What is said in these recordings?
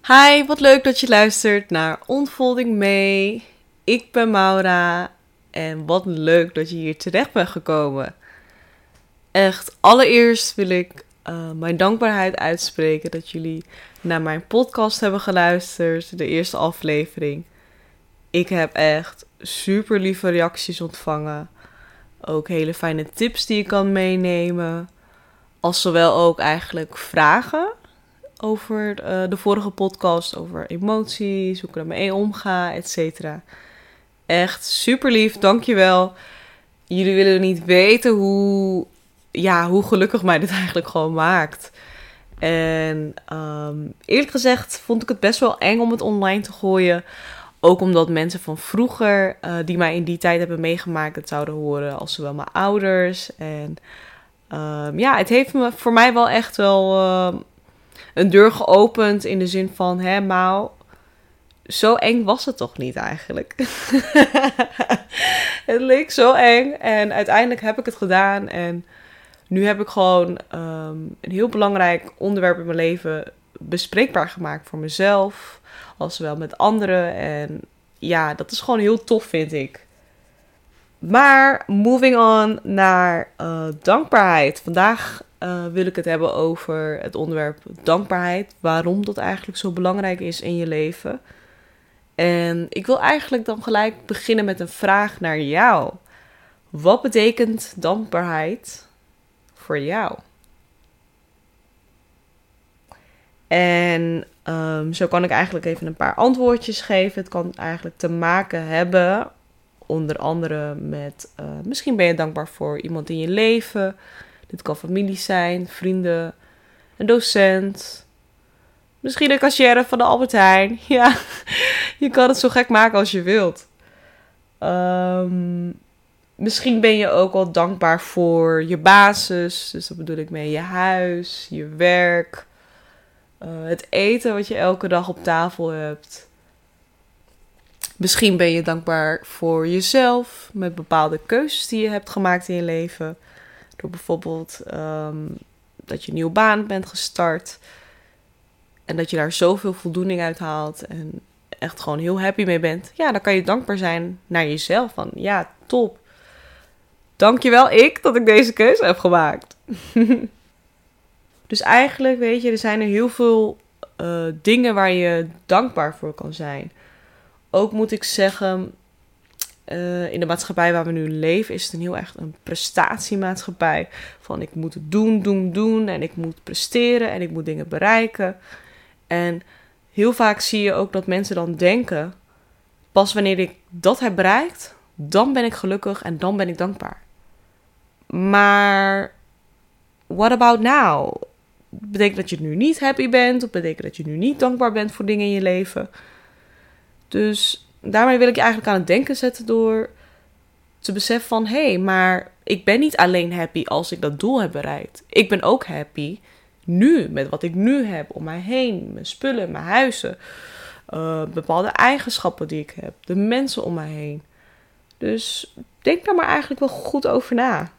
Hi, wat leuk dat je luistert naar Ontfolding mee. Ik ben Maura en wat leuk dat je hier terecht bent gekomen. Echt, allereerst wil ik mijn dankbaarheid uitspreken dat jullie naar mijn podcast hebben geluisterd, de eerste aflevering. Ik heb echt super lieve reacties ontvangen. Ook hele fijne tips die je kan meenemen. Als zowel ook eigenlijk vragen over de vorige podcast, over emoties, hoe ik ermee omga, et cetera. Echt super lief, dankjewel. Jullie willen niet weten hoe gelukkig mij dit eigenlijk gewoon maakt. En eerlijk gezegd vond ik het best wel eng om het online te gooien. Ook omdat mensen van vroeger, die mij in die tijd hebben meegemaakt, het zouden horen. Als zowel mijn ouders. En het heeft voor mij wel echt wel een deur geopend in de zin van, Mau, zo eng was het toch niet eigenlijk? Het leek zo eng en uiteindelijk heb ik het gedaan en nu heb ik gewoon een heel belangrijk onderwerp in mijn leven bespreekbaar gemaakt voor mezelf, als wel met anderen. En ja, dat is gewoon heel tof, vind ik. Maar moving on naar dankbaarheid. Vandaag wil ik het hebben over het onderwerp dankbaarheid. Waarom dat eigenlijk zo belangrijk is in je leven. En ik wil eigenlijk dan gelijk beginnen met een vraag naar jou. Wat betekent dankbaarheid voor jou? En zo kan ik eigenlijk even een paar antwoordjes geven. Het kan eigenlijk te maken hebben, onder andere met, misschien ben je dankbaar voor iemand in je leven. Dit kan familie zijn, vrienden, een docent, misschien de cashier van de Albert Heijn. Ja, je kan het zo gek maken als je wilt. Misschien ben je ook wel dankbaar voor je basis. Dus dat bedoel ik mee je huis, je werk, het eten wat je elke dag op tafel hebt. Misschien ben je dankbaar voor jezelf met bepaalde keuzes die je hebt gemaakt in je leven. Door bijvoorbeeld dat je een nieuwe baan bent gestart. En dat je daar zoveel voldoening uit haalt. En echt gewoon heel happy mee bent. Ja, dan kan je dankbaar zijn naar jezelf. Van ja, top. Dankjewel dat ik deze keuze heb gemaakt. Dus eigenlijk, weet je, er zijn er heel veel dingen waar je dankbaar voor kan zijn. Ook moet ik zeggen, in de maatschappij waar we nu leven, is het heel erg een prestatiemaatschappij. Van ik moet het doen en ik moet presteren en ik moet dingen bereiken. En heel vaak zie je ook dat mensen dan denken, pas wanneer ik dat heb bereikt, dan ben ik gelukkig en dan ben ik dankbaar. Maar what about now? Betekent dat je nu niet happy bent? Of betekent dat je nu niet dankbaar bent voor dingen in je leven? Dus daarmee wil ik je eigenlijk aan het denken zetten door te beseffen van, maar ik ben niet alleen happy als ik dat doel heb bereikt. Ik ben ook happy nu met wat ik nu heb om mij heen. Mijn spullen, mijn huizen, bepaalde eigenschappen die ik heb, de mensen om mij heen. Dus denk daar maar eigenlijk wel goed over na.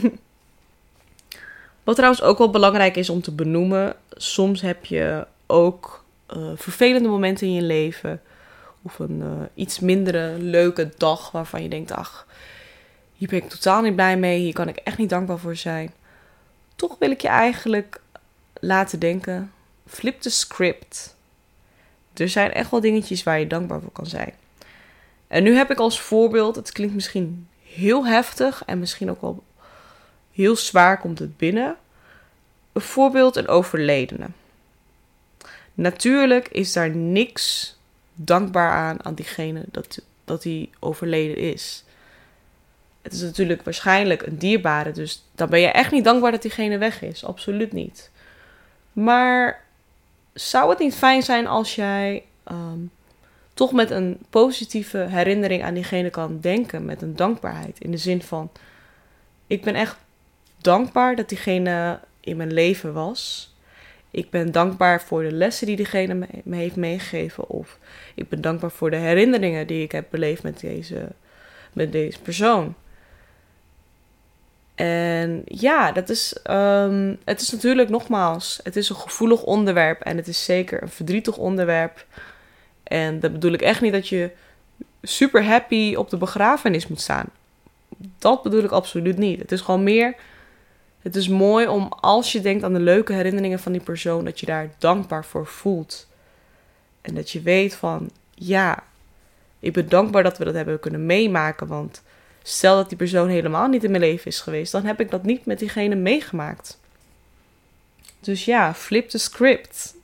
Wat trouwens ook wel belangrijk is om te benoemen, soms heb je ook vervelende momenten in je leven. Of een iets mindere leuke dag waarvan je denkt, ach, hier ben ik totaal niet blij mee. Hier kan ik echt niet dankbaar voor zijn. Toch wil ik je eigenlijk laten denken, flip the script. Er zijn echt wel dingetjes waar je dankbaar voor kan zijn. En nu heb ik als voorbeeld, het klinkt misschien heel heftig en misschien ook wel heel zwaar komt het binnen. Een voorbeeld, een overledene. Natuurlijk is daar niks dankbaar aan diegene dat hij overleden is. Het is natuurlijk waarschijnlijk een dierbare, dus dan ben je echt niet dankbaar dat diegene weg is. Absoluut niet. Maar zou het niet fijn zijn als jij toch met een positieve herinnering aan diegene kan denken, met een dankbaarheid. In de zin van, ik ben echt dankbaar dat diegene in mijn leven was. Ik ben dankbaar voor de lessen die diegene me heeft meegegeven. Of ik ben dankbaar voor de herinneringen die ik heb beleefd met deze persoon. En ja, het is natuurlijk nogmaals, het is een gevoelig onderwerp en het is zeker een verdrietig onderwerp. En dat bedoel ik echt niet dat je super happy op de begrafenis moet staan. Dat bedoel ik absoluut niet. Het is gewoon meer, het is mooi om als je denkt aan de leuke herinneringen van die persoon, dat je daar dankbaar voor voelt. En dat je weet van, ja, ik ben dankbaar dat we dat hebben kunnen meemaken, want stel dat die persoon helemaal niet in mijn leven is geweest, dan heb ik dat niet met diegene meegemaakt. Dus ja, flip the script.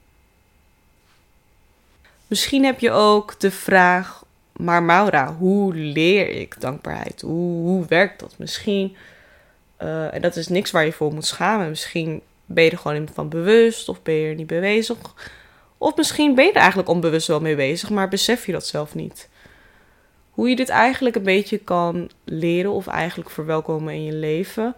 Misschien heb je ook de vraag, maar Maura, hoe leer ik dankbaarheid? Hoe werkt dat? Misschien, en dat is niks waar je voor moet schamen. Misschien ben je er gewoon van bewust of ben je er niet mee bezig. Of misschien ben je er eigenlijk onbewust wel mee bezig, maar besef je dat zelf niet. Hoe je dit eigenlijk een beetje kan leren of eigenlijk verwelkomen in je leven.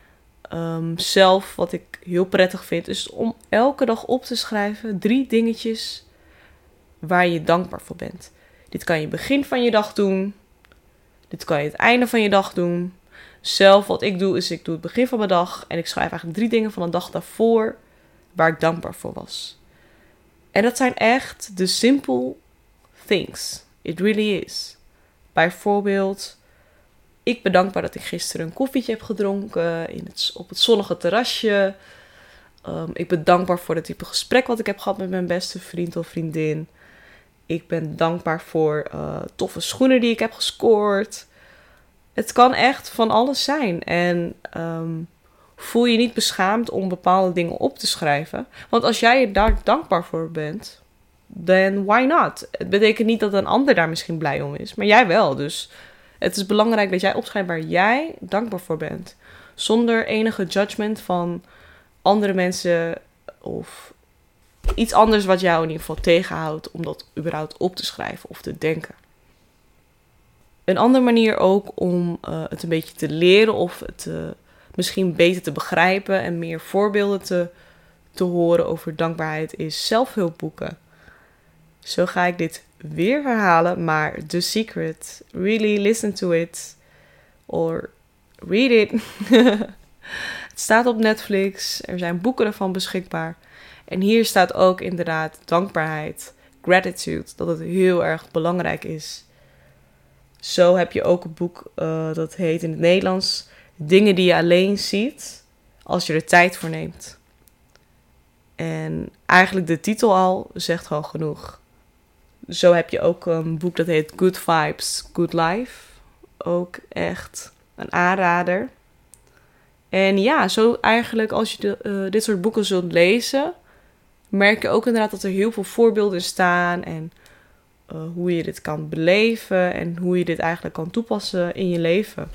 Zelf, wat ik heel prettig vind, is om elke dag op te schrijven 3 dingetjes waar je dankbaar voor bent. Dit kan je begin van je dag doen. Dit kan je het einde van je dag doen. Zelf, wat ik doe, is ik doe het begin van mijn dag. En ik schrijf eigenlijk 3 dingen van een dag daarvoor waar ik dankbaar voor was. En dat zijn echt de simple things. It really is. Bijvoorbeeld, ik ben dankbaar dat ik gisteren een koffietje heb gedronken op het zonnige terrasje. Ik ben dankbaar voor het type gesprek wat ik heb gehad met mijn beste vriend of vriendin. Ik ben dankbaar voor toffe schoenen die ik heb gescoord. Het kan echt van alles zijn. En voel je niet beschaamd om bepaalde dingen op te schrijven. Want als jij er daar dankbaar voor bent, then why not? Het betekent niet dat een ander daar misschien blij om is, maar jij wel. Dus het is belangrijk dat jij opschrijft waar jij dankbaar voor bent. Zonder enige judgment van andere mensen of iets anders wat jou in ieder geval tegenhoudt om dat überhaupt op te schrijven of te denken. Een andere manier ook om het een beetje te leren of het misschien beter te begrijpen en meer voorbeelden te horen over dankbaarheid is zelfhulpboeken. Zo ga ik dit weer herhalen, maar The Secret, really listen to it or read it. Het staat op Netflix, er zijn boeken ervan beschikbaar. En hier staat ook inderdaad dankbaarheid, gratitude, dat het heel erg belangrijk is. Zo heb je ook een boek dat heet in het Nederlands Dingen die je alleen ziet als je er tijd voor neemt. En eigenlijk de titel al zegt gewoon genoeg. Zo heb je ook een boek dat heet Good Vibes, Good Life. Ook echt een aanrader. En ja, zo eigenlijk als je dit soort boeken zult lezen, merk je ook inderdaad dat er heel veel voorbeelden staan en hoe je dit kan beleven en hoe je dit eigenlijk kan toepassen in je leven.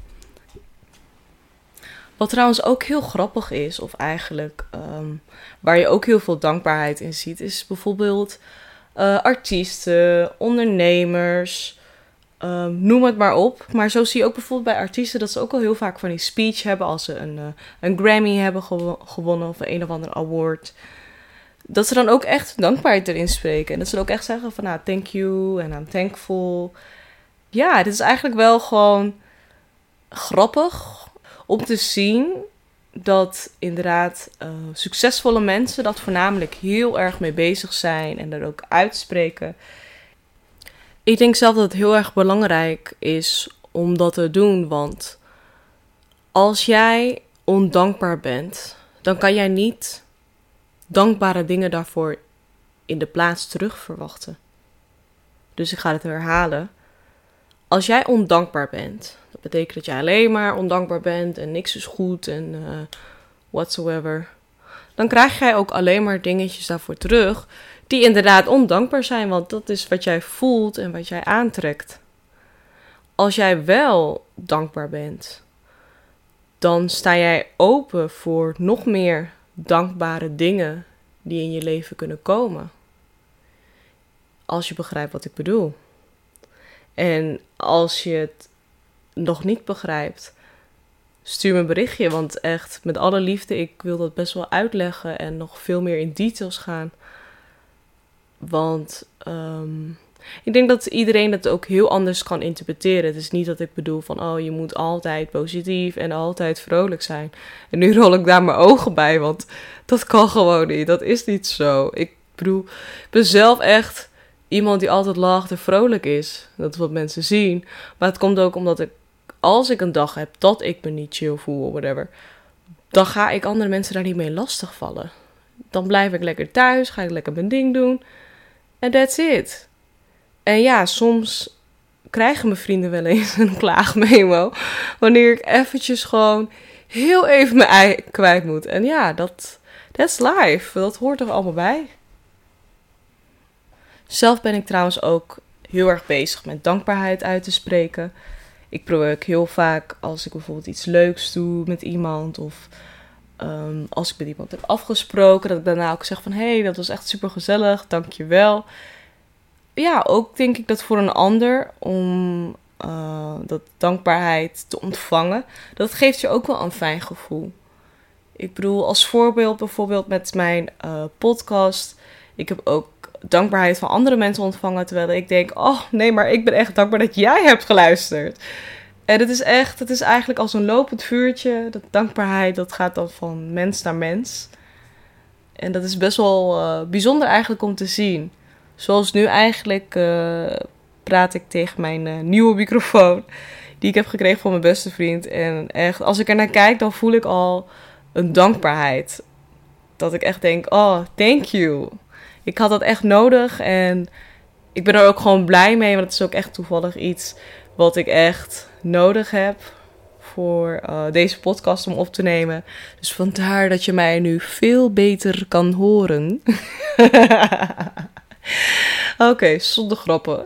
Wat trouwens ook heel grappig is, of eigenlijk waar je ook heel veel dankbaarheid in ziet, is bijvoorbeeld artiesten, ondernemers, noem het maar op. Maar zo zie je ook bijvoorbeeld bij artiesten dat ze ook al heel vaak van die speech hebben als ze een Grammy hebben gewonnen of een of ander award. Dat ze dan ook echt dankbaarheid erin spreken. En dat ze dan ook echt zeggen van thank you en I'm thankful. Ja, dit is eigenlijk wel gewoon grappig om te zien dat inderdaad succesvolle mensen dat voornamelijk heel erg mee bezig zijn en er ook uitspreken. Ik denk zelf dat het heel erg belangrijk is om dat te doen, want als jij ondankbaar bent, dan kan jij niet dankbare dingen daarvoor in de plaats terug verwachten. Dus ik ga het herhalen. Als jij ondankbaar bent, dat betekent dat jij alleen maar ondankbaar bent en niks is goed en whatsoever. Dan krijg jij ook alleen maar dingetjes daarvoor terug die inderdaad ondankbaar zijn, want dat is wat jij voelt en wat jij aantrekt. Als jij wel dankbaar bent, dan sta jij open voor nog meer dankbare dingen die in je leven kunnen komen. Als je begrijpt wat ik bedoel. En als je het nog niet begrijpt, stuur me een berichtje. Want echt, met alle liefde, ik wil dat best wel uitleggen en nog veel meer in details gaan. Want Ik denk dat iedereen dat ook heel anders kan interpreteren. Het is niet dat ik bedoel van, oh, je moet altijd positief en altijd vrolijk zijn. En nu rol ik daar mijn ogen bij, want dat kan gewoon niet. Dat is niet zo. Ik bedoel, ik ben zelf echt iemand die altijd lacht en vrolijk is. Dat is wat mensen zien. Maar het komt ook omdat als ik een dag heb dat ik me niet chill voel of whatever, dan ga ik andere mensen daar niet mee lastigvallen. Dan blijf ik lekker thuis, ga ik lekker mijn ding doen. En that's it. En ja, soms krijgen mijn vrienden wel eens een klaagmemo. Wanneer ik eventjes gewoon heel even mijn ei kwijt moet. En ja, that's life. Dat hoort er allemaal bij. Zelf ben ik trouwens ook heel erg bezig met dankbaarheid uit te spreken. Ik probeer ook heel vaak als ik bijvoorbeeld iets leuks doe met iemand. Of als ik met iemand heb afgesproken. Dat ik daarna ook zeg van, hey, dat was echt super gezellig. Dank je wel. Ja, ook denk ik dat voor een ander om dat dankbaarheid te ontvangen, dat geeft je ook wel een fijn gevoel. Ik bedoel, als voorbeeld bijvoorbeeld met mijn podcast. Ik heb ook dankbaarheid van andere mensen ontvangen, terwijl ik denk, oh nee, maar ik ben echt dankbaar dat jij hebt geluisterd. En het is eigenlijk als een lopend vuurtje. Dat dankbaarheid, dat gaat dan van mens naar mens. En dat is best wel bijzonder eigenlijk om te zien. Zoals nu eigenlijk praat ik tegen mijn nieuwe microfoon. Die ik heb gekregen van mijn beste vriend. En echt, als ik er naar kijk, dan voel ik al een dankbaarheid. Dat ik echt denk, oh, thank you. Ik had dat echt nodig. En ik ben er ook gewoon blij mee. Want het is ook echt toevallig iets wat ik echt nodig heb voor deze podcast om op te nemen. Dus vandaar dat je mij nu veel beter kan horen. Oké, zonder grappen.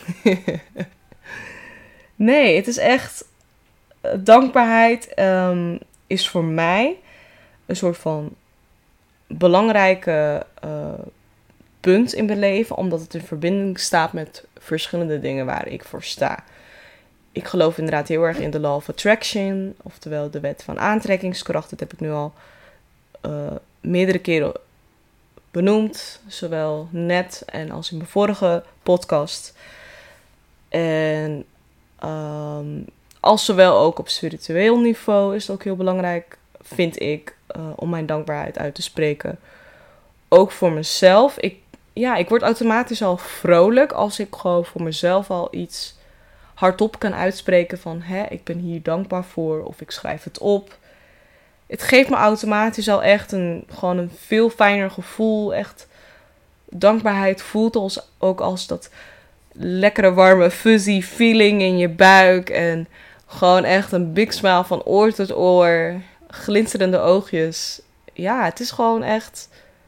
Nee, het is echt... Dankbaarheid is voor mij een soort van belangrijke punt in mijn leven. Omdat het in verbinding staat met verschillende dingen waar ik voor sta. Ik geloof inderdaad heel erg in de law of attraction. Oftewel de wet van aantrekkingskracht. Dat heb ik nu al meerdere keren benoemd. Zowel net en als in mijn vorige podcast. En als zowel ook op spiritueel niveau is het ook heel belangrijk, vind ik, om mijn dankbaarheid uit te spreken. Ook voor mezelf. Ik word automatisch al vrolijk als ik gewoon voor mezelf al iets hardop kan uitspreken van, ik ben hier dankbaar voor, of ik schrijf het op. Het geeft me automatisch al echt gewoon een veel fijner gevoel. Echt, dankbaarheid voelt ook als dat lekkere, warme, fuzzy feeling in je buik. En gewoon echt een big smile van oor tot oor. Glinsterende oogjes. Ja, het is gewoon echt.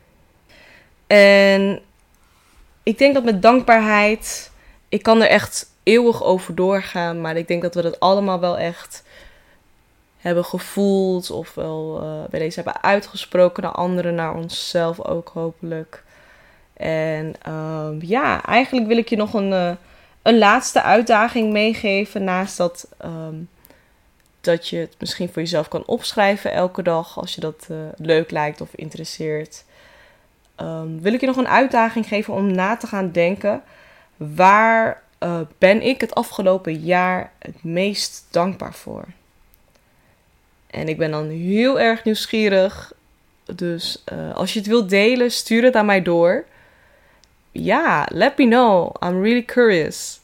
En ik denk dat met dankbaarheid, ik kan er echt eeuwig over doorgaan. Maar ik denk dat we dat allemaal wel echt hebben gevoeld. Of wel bij deze hebben uitgesproken naar anderen, naar onszelf ook hopelijk. En eigenlijk wil ik je nog een laatste uitdaging meegeven. Naast dat je het misschien voor jezelf kan opschrijven elke dag. Als je dat leuk lijkt of interesseert. Wil ik je nog een uitdaging geven om na te gaan denken. Waar ben ik het afgelopen jaar het meest dankbaar voor? En ik ben dan heel erg nieuwsgierig. Dus als je het wilt delen, stuur het aan mij door. Ja, let me know. I'm really curious.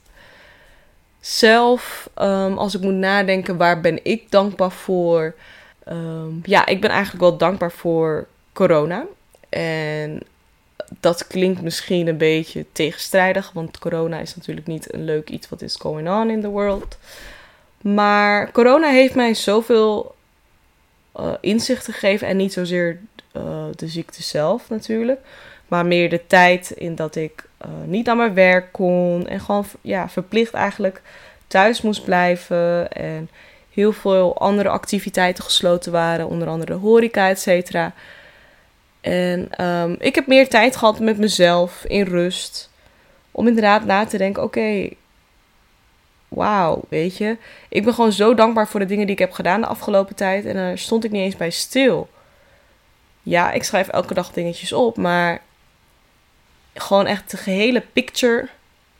Zelf, als ik moet nadenken, waar ben ik dankbaar voor? Ik ben eigenlijk wel dankbaar voor corona. En dat klinkt misschien een beetje tegenstrijdig, want corona is natuurlijk niet een leuk iets wat is going on in the world. Maar corona heeft mij zoveel inzicht gegeven en niet zozeer de ziekte zelf natuurlijk. Maar meer de tijd in dat ik niet naar mijn werk kon. En gewoon verplicht eigenlijk thuis moest blijven. En heel veel andere activiteiten gesloten waren. Onder andere de horeca, et cetera. En ik heb meer tijd gehad met mezelf in rust. Om inderdaad na te denken, oké, wauw, weet je. Ik ben gewoon zo dankbaar voor de dingen die ik heb gedaan de afgelopen tijd. En daar stond ik niet eens bij stil. Ja, ik schrijf elke dag dingetjes op, maar gewoon echt de gehele picture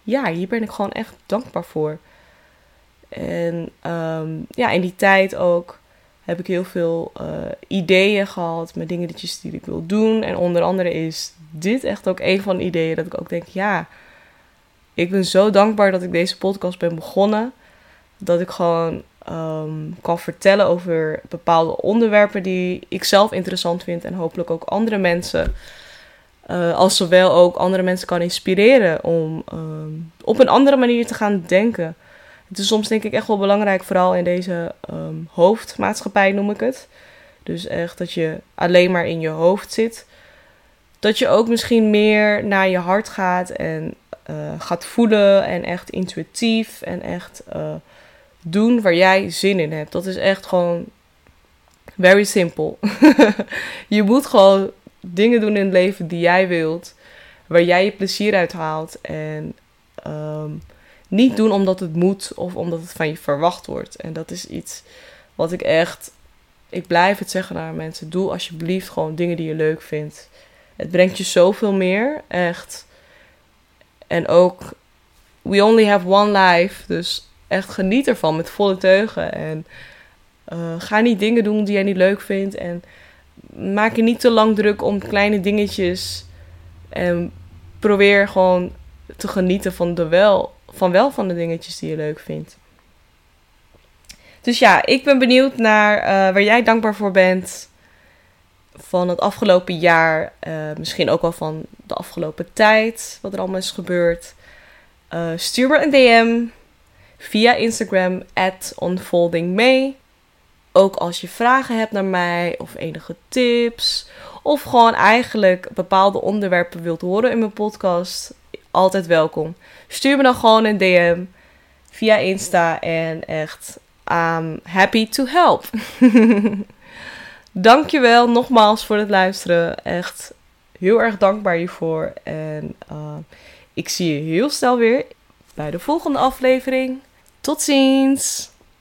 ja, hier ben ik gewoon echt dankbaar voor. En in die tijd ook heb ik heel veel ideeën gehad met dingetjes die ik wil doen. En onder andere is dit echt ook een van de ideeën dat ik ook denk, ja, ik ben zo dankbaar dat ik deze podcast ben begonnen. Dat ik gewoon kan vertellen over bepaalde onderwerpen die ik zelf interessant vind. En hopelijk ook andere mensen. Als zowel ook andere mensen kan inspireren om op een andere manier te gaan denken. Het is soms denk ik echt wel belangrijk, vooral in deze hoofdmaatschappij noem ik het. Dus echt dat je alleen maar in je hoofd zit. Dat je ook misschien meer naar je hart gaat en gaat voelen en echt intuïtief en echt doen waar jij zin in hebt. Dat is echt gewoon very simple. Je moet gewoon dingen doen in het leven die jij wilt, waar jij je plezier uit haalt en niet doen omdat het moet of omdat het van je verwacht wordt. En dat is iets wat ik blijf het zeggen naar mensen, doe alsjeblieft gewoon dingen die je leuk vindt. Het brengt je zoveel meer, echt. En ook, we only have one life, dus echt geniet ervan met volle teugen. En ga niet dingen doen die jij niet leuk vindt. En maak je niet te lang druk om kleine dingetjes. En probeer gewoon te genieten van de dingetjes die je leuk vindt. Dus ja, ik ben benieuwd naar waar jij dankbaar voor bent. Van het afgelopen jaar. Misschien ook wel van de afgelopen tijd. Wat er allemaal is gebeurd. Stuur me een DM. Via Instagram @unfoldingmay. Ook als je vragen hebt naar mij. Of enige tips. Of gewoon eigenlijk bepaalde onderwerpen wilt horen in mijn podcast. Altijd welkom. Stuur me dan gewoon een DM. Via Insta. En echt, I'm happy to help. Dankjewel nogmaals voor het luisteren. Echt heel erg dankbaar hiervoor. En ik zie je heel snel weer bij de volgende aflevering. Tot ziens!